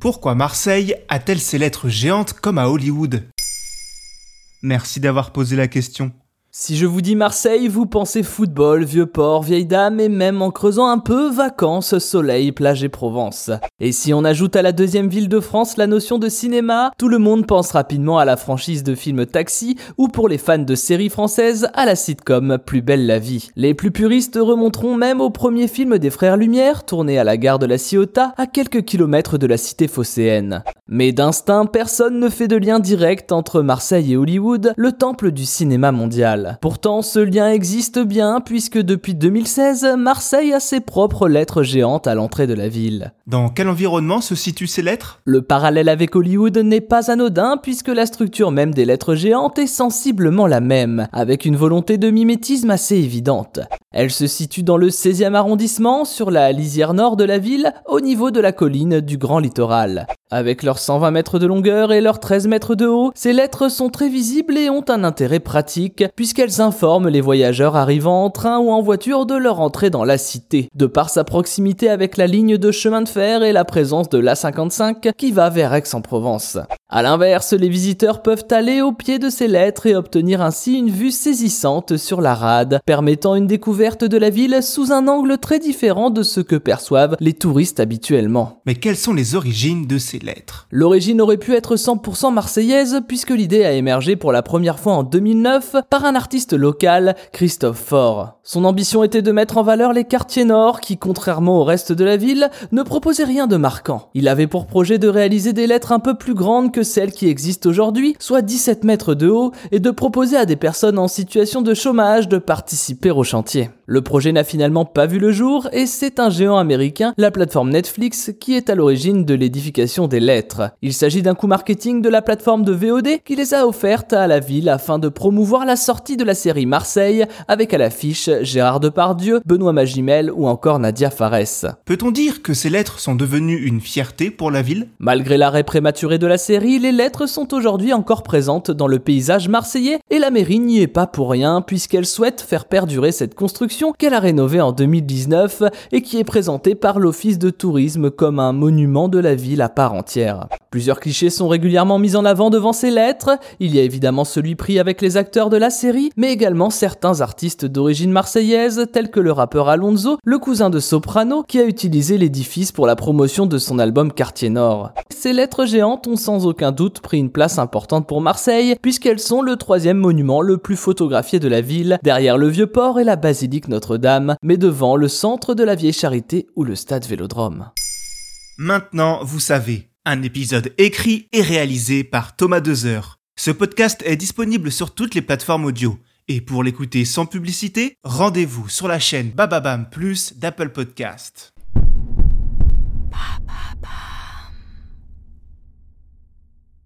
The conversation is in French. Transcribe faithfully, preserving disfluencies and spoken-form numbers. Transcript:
Pourquoi Marseille a-t-elle ses lettres géantes comme à Hollywood ? Merci d'avoir posé la question. Si je vous dis Marseille, vous pensez football, vieux port, vieille dame et même en creusant un peu, vacances, soleil, plage et Provence. Et si on ajoute à la deuxième ville de France la notion de cinéma, tout le monde pense rapidement à la franchise de films Taxi ou pour les fans de séries françaises, à la sitcom Plus belle la vie. Les plus puristes remonteront même au premier film des Frères Lumière, tourné à la gare de la Ciotat, à quelques kilomètres de la cité phocéenne. Mais d'instinct, personne ne fait de lien direct entre Marseille et Hollywood, le temple du cinéma mondial. Pourtant, ce lien existe bien puisque depuis deux mille seize, Marseille a ses propres lettres géantes à l'entrée de la ville. Dans quel environnement se situent ces lettres ? Le parallèle avec Hollywood n'est pas anodin puisque la structure même des lettres géantes est sensiblement la même, avec une volonté de mimétisme assez évidente. Elle se situe dans le seizième arrondissement, sur la lisière nord de la ville, au niveau de la colline du Grand Littoral. Avec leurs cent vingt mètres de longueur et leurs treize mètres de haut, ces lettres sont très visibles et ont un intérêt pratique, puisqu'elles informent les voyageurs arrivant en train ou en voiture de leur entrée dans la cité, de par sa proximité avec la ligne de chemin de fer et la présence de l'A cinquante-cinq qui va vers Aix-en-Provence. A l'inverse, les visiteurs peuvent aller au pied de ces lettres et obtenir ainsi une vue saisissante sur la rade, permettant une découverte de la ville sous un angle très différent de ce que perçoivent les touristes habituellement. Mais quelles sont les origines de ces lettres ? L'origine aurait pu être cent pour cent marseillaise puisque l'idée a émergé pour la première fois en deux mille neuf par un artiste local, Christophe Faure. Son ambition était de mettre en valeur les quartiers nord qui, contrairement au reste de la ville, ne proposaient rien de marquant. Il avait pour projet de réaliser des lettres un peu plus grandes que celles qui existent aujourd'hui, soit dix-sept mètres de haut, et de proposer à des personnes en situation de chômage de participer au chantier. Le projet n'a finalement pas vu le jour et c'est un géant américain, la plateforme Netflix, qui est à l'origine de l'édification des lettres. Il s'agit d'un coup marketing de la plateforme de V O D qui les a offertes à la ville afin de promouvoir la sortie de la série Marseille avec à l'affiche Gérard Depardieu, Benoît Magimel ou encore Nadia Fares. Peut-on dire que ces lettres sont devenues une fierté pour la ville ? Malgré l'arrêt prématuré de la série, les lettres sont aujourd'hui encore présentes dans le paysage marseillais et la mairie n'y est pas pour rien puisqu'elle souhaite faire perdurer cette construction qu'elle a rénovée en deux mille dix-neuf et qui est présentée par l'Office de tourisme comme un monument de la ville à part entière. Plusieurs clichés sont régulièrement mis en avant devant ces lettres. Il y a évidemment celui pris avec les acteurs de la série, mais également certains artistes d'origine marseillaise tels que le rappeur Alonso, le cousin de Soprano, qui a utilisé l'édifice pour la promotion de son album Quartier Nord. Ces lettres géantes ont sans aucun doute pris une place importante pour Marseille, puisqu'elles sont le troisième monument le plus photographié de la ville, derrière le Vieux-Port et la basilique Notre-Dame, mais devant le centre de la Vieille Charité ou le stade Vélodrome. Maintenant, vous savez, un épisode écrit et réalisé par Thomas Dezer. Ce podcast est disponible sur toutes les plateformes audio. Et pour l'écouter sans publicité, rendez-vous sur la chaîne Bababam Plus d'Apple Podcast. Baba.